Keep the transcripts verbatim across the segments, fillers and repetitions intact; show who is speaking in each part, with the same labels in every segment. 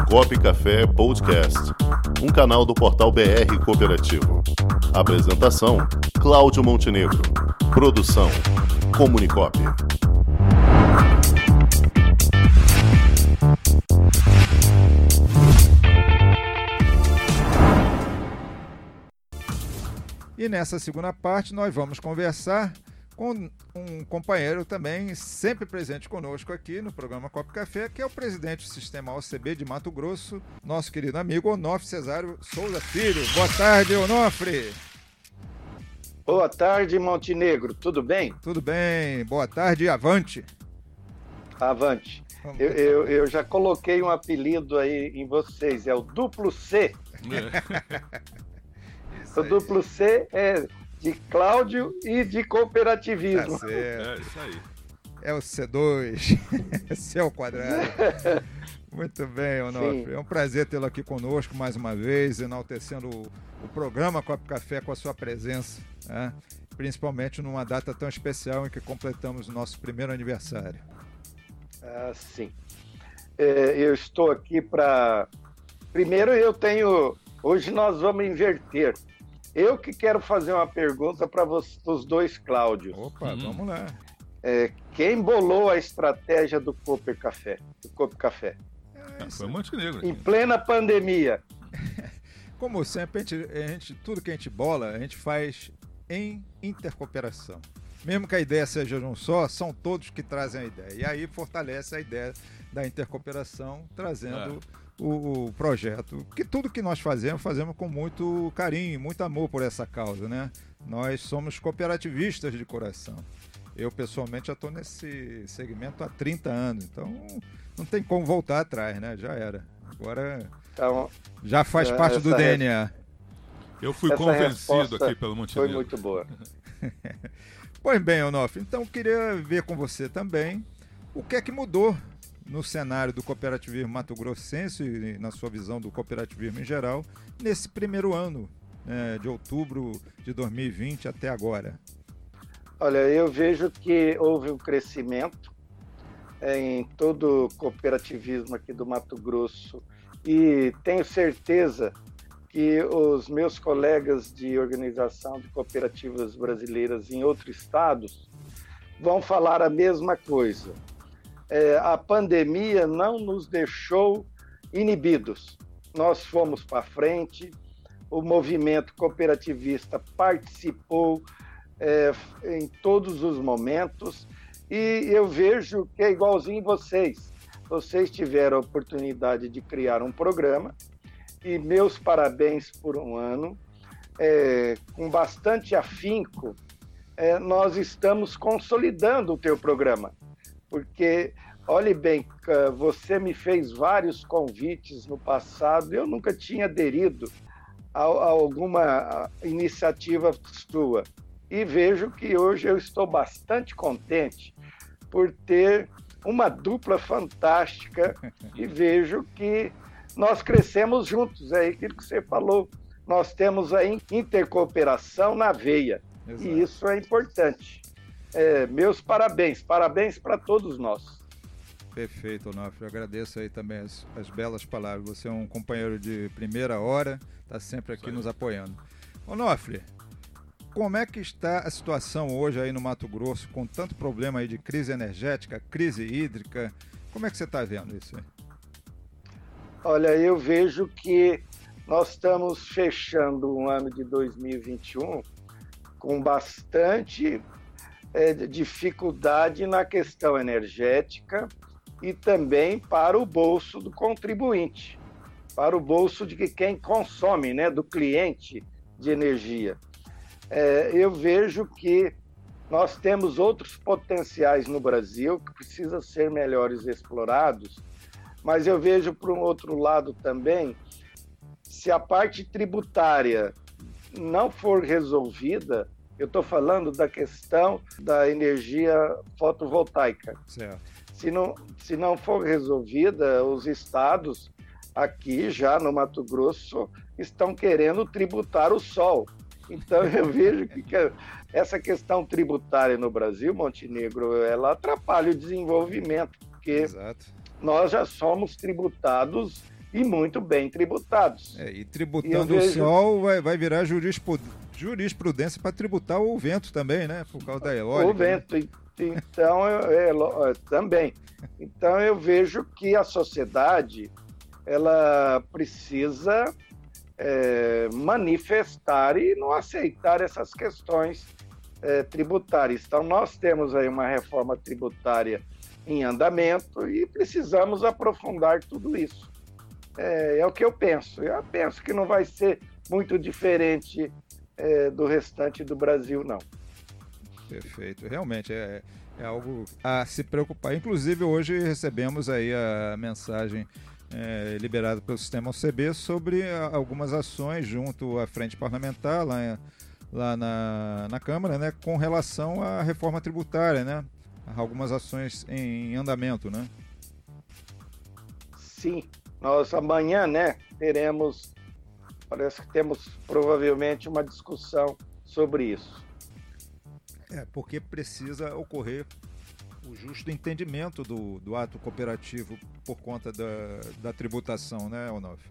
Speaker 1: Copa e Café Podcast, um canal do portal B R Cooperativo. Apresentação, Cláudio Montenegro. Produção, Comunicop.
Speaker 2: E nessa segunda parte nós vamos conversar com um companheiro também sempre presente conosco aqui no programa Copa e Café, que é o presidente do Sistema O C B de Mato Grosso, nosso querido amigo Onofre Cesário Souza Filho. Boa tarde, Onofre.
Speaker 3: Boa tarde, Montenegro. Tudo bem?
Speaker 2: Tudo bem. Boa tarde, avante.
Speaker 3: Avante. Eu, eu, eu já coloquei um apelido aí em vocês, é o duplo C. O duplo C é de Cláudio e de cooperativismo.
Speaker 2: Tá certo. É isso aí. É o C dois, C ao quadrado. Muito bem, Onofre. Sim. É um prazer tê-lo aqui conosco mais uma vez, enaltecendo o, o programa Copa e Café com a sua presença, né? Principalmente numa data tão especial em que completamos o nosso primeiro aniversário.
Speaker 3: Ah, sim. É, eu estou aqui para... Primeiro eu tenho... Hoje nós vamos inverter. Eu que quero fazer uma pergunta para os dois Cláudios.
Speaker 2: Opa, hum. vamos lá.
Speaker 3: É, quem bolou a estratégia do Copa e Café? Do Copa e Café?
Speaker 4: É, foi o Montenegro.
Speaker 3: Em plena pandemia.
Speaker 2: Como sempre, a gente, a gente, tudo que a gente bola, a gente faz em intercooperação. Mesmo que a ideia seja de um só, são todos que trazem a ideia. E aí fortalece a ideia da intercooperação, trazendo... É. O, o projeto, que tudo que nós fazemos, fazemos com muito carinho, muito amor por essa causa, né? Nós somos cooperativistas de coração. Eu, pessoalmente, já estou nesse segmento há trinta anos, então não tem como voltar atrás, né? Já era. Agora então, já faz já, parte do D N A.
Speaker 4: Eu fui convencido aqui pelo Montenegro.
Speaker 3: Foi muito boa.
Speaker 2: Pois bem, Onofre, então queria ver com você também o que é que mudou no cenário do cooperativismo mato-grossense e na sua visão do cooperativismo em geral, nesse primeiro ano, né, de outubro de dois mil e vinte até agora?
Speaker 3: Olha, eu vejo que houve um crescimento é, em todo o cooperativismo aqui do Mato Grosso e tenho certeza que os meus colegas de organização de cooperativas brasileiras em outros estados vão falar a mesma coisa. É, a pandemia não nos deixou inibidos. Nós fomos para frente, o movimento cooperativista participou é, em todos os momentos e eu vejo que é igualzinho vocês. Vocês tiveram a oportunidade de criar um programa e meus parabéns por um ano. É, com bastante afinco, é, nós estamos consolidando o teu programa. Porque, olhe bem, você me fez vários convites no passado, eu nunca tinha aderido a, a alguma iniciativa sua. E vejo que hoje eu estou bastante contente por ter uma dupla fantástica e vejo que nós crescemos juntos, é aquilo que você falou. Nós temos a intercooperação na veia. Exato. E isso é importante. É, meus parabéns, parabéns para todos nós.
Speaker 2: Perfeito, Onofre, eu agradeço aí também as, as belas palavras. Você é um companheiro de primeira hora, está sempre aqui nos apoiando. Onofre, como é que está a situação hoje aí no Mato Grosso, com tanto problema aí de crise energética, crise hídrica? Como é que você está vendo isso aí?
Speaker 3: Olha, eu vejo que nós estamos fechando um ano de dois mil e vinte e um com bastante... É, dificuldade na questão energética e também para o bolso do contribuinte, para o bolso de quem consome, né, do cliente de energia. É, eu vejo que nós temos outros potenciais no Brasil que precisam ser melhores explorados, mas eu vejo, por um outro lado também, se a parte tributária não for resolvida, eu estou falando da questão da energia fotovoltaica.
Speaker 2: Certo.
Speaker 3: Se não, se não for resolvida, os estados aqui já no Mato Grosso estão querendo tributar o sol. Então eu vejo que essa questão tributária no Brasil, Montenegro, ela atrapalha o desenvolvimento, porque Exato. Nós já somos tributados e muito bem tributados.
Speaker 2: É, e tributando e vejo... o sol vai, vai virar jurisprudência para tributar o vento também, né? Por causa da eólica.
Speaker 3: O vento, né? Então, é, é, também. Então, eu vejo que a sociedade ela precisa é, manifestar e não aceitar essas questões é, tributárias. Então, nós temos aí uma reforma tributária em andamento e precisamos aprofundar tudo isso. É, é o que eu penso. Eu penso que não vai ser muito diferente é, do restante do Brasil, não.
Speaker 2: Perfeito. Realmente é, é algo a se preocupar. Inclusive, hoje recebemos aí a mensagem é, liberada pelo Sistema O C B sobre algumas ações junto à frente parlamentar lá, lá na, na Câmara, né, com relação à reforma tributária, né? Algumas ações em andamento, né?
Speaker 3: Sim. Nós amanhã, né, teremos, parece que temos provavelmente uma discussão sobre isso.
Speaker 2: É, porque precisa ocorrer o justo entendimento do, do ato cooperativo por conta da, da tributação, né, Onofre?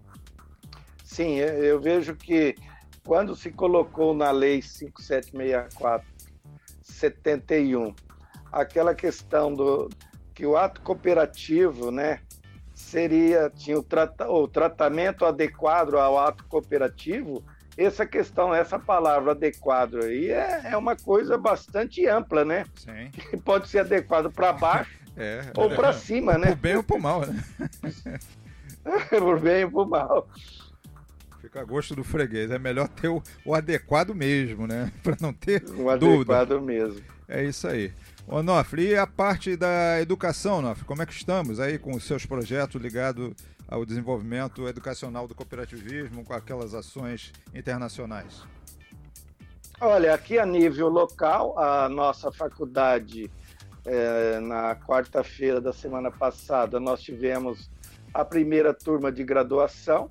Speaker 3: Sim, eu vejo que quando se colocou na Lei cinco mil setecentos e sessenta e quatro de setenta e um aquela questão do que o ato cooperativo, né, seria, tinha o, trata, o tratamento adequado ao ato cooperativo, essa questão, essa palavra adequado aí é, é uma coisa bastante ampla, né?
Speaker 2: Sim.
Speaker 3: Que pode ser adequado para baixo
Speaker 2: é,
Speaker 3: ou
Speaker 2: é,
Speaker 3: para cima, né?
Speaker 2: Por bem ou por mal, né?
Speaker 3: Por bem ou por mal.
Speaker 2: Fica a gosto do freguês. É melhor ter o, o adequado mesmo, né? Para não ter
Speaker 3: o
Speaker 2: dúvida.
Speaker 3: Adequado mesmo.
Speaker 2: É isso aí. Onofre, e a parte da educação, Onofre, como é que estamos aí com os seus projetos ligados ao desenvolvimento educacional do cooperativismo, com aquelas ações internacionais?
Speaker 3: Olha, aqui a nível local, a nossa faculdade, é, na quarta-feira da semana passada, nós tivemos a primeira turma de graduação,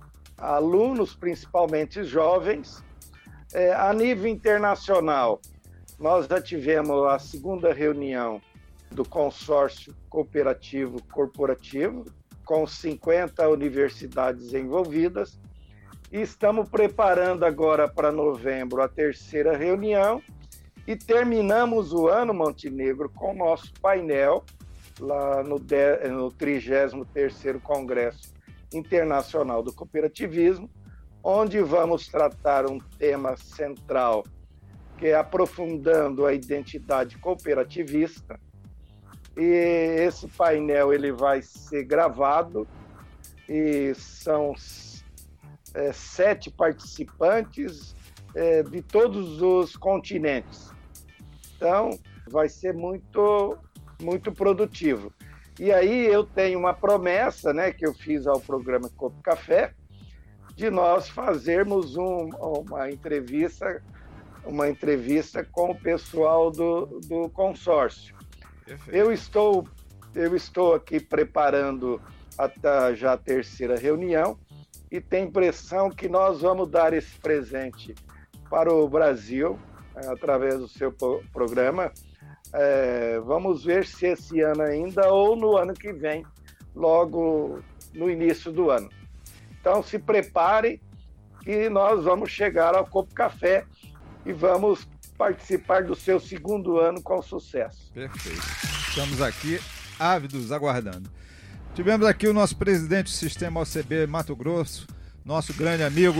Speaker 3: alunos, principalmente jovens. É, a nível internacional, nós já tivemos a segunda reunião do consórcio cooperativo corporativo, com cinquenta universidades envolvidas, e estamos preparando agora para novembro a terceira reunião, e terminamos o ano, Montenegro, com o nosso painel, lá no, no trigésimo terceiro Congresso Internacional do Cooperativismo, onde vamos tratar um tema central, que é aprofundando a identidade cooperativista. E esse painel ele vai ser gravado e são é, sete participantes é, de todos os continentes. Então, vai ser muito, muito produtivo. E aí eu tenho uma promessa, né, que eu fiz ao programa Coop Café, de nós fazermos um, uma entrevista, uma entrevista com o pessoal do, do consórcio. Perfeito. Eu estou, eu estou aqui preparando até já a terceira reunião e tenho a impressão que nós vamos dar esse presente para o Brasil, através do seu programa. É, vamos ver se esse ano ainda ou no ano que vem, logo no início do ano. Então se prepare que nós vamos chegar ao Coop Café e vamos participar do seu segundo ano com sucesso.
Speaker 2: Perfeito. Estamos aqui ávidos, aguardando. Tivemos aqui o nosso presidente do Sistema O C B Mato Grosso, nosso grande amigo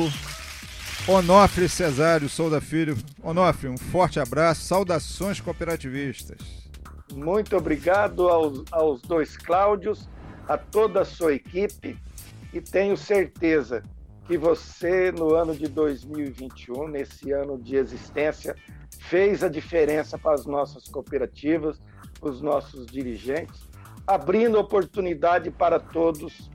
Speaker 2: Onofre Cesário Souza Filho. Onofre, um forte abraço, saudações cooperativistas.
Speaker 3: Muito obrigado aos, aos dois Cláudios, a toda a sua equipe, e tenho certeza que você, no ano de dois mil e vinte e um, nesse ano de existência, fez a diferença para as nossas cooperativas, os nossos dirigentes, abrindo oportunidade para todos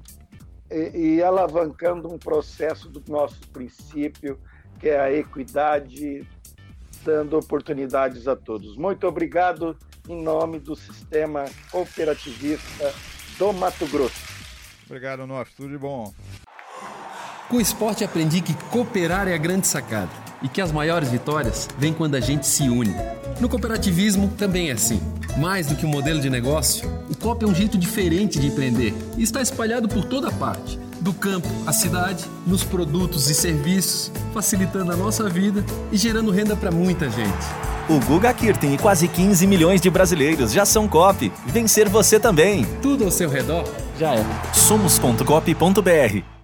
Speaker 3: e, e alavancando um processo do nosso princípio, que é a equidade, dando oportunidades a todos. Muito obrigado em nome do Sistema Cooperativista do Mato Grosso.
Speaker 2: Obrigado, Onofre. Tudo de bom.
Speaker 5: Com o esporte aprendi que cooperar é a grande sacada e que as maiores vitórias vêm quando a gente se une. No cooperativismo também é assim. Mais do que um modelo de negócio, o Coop é um jeito diferente de empreender e está espalhado por toda parte, do campo à cidade, nos produtos e serviços, facilitando a nossa vida e gerando renda para muita gente.
Speaker 6: O Guga Kirten e quase quinze milhões de brasileiros já são Coop. Vencer você também.
Speaker 5: Tudo ao seu redor já é.
Speaker 6: Somos ponto coop ponto br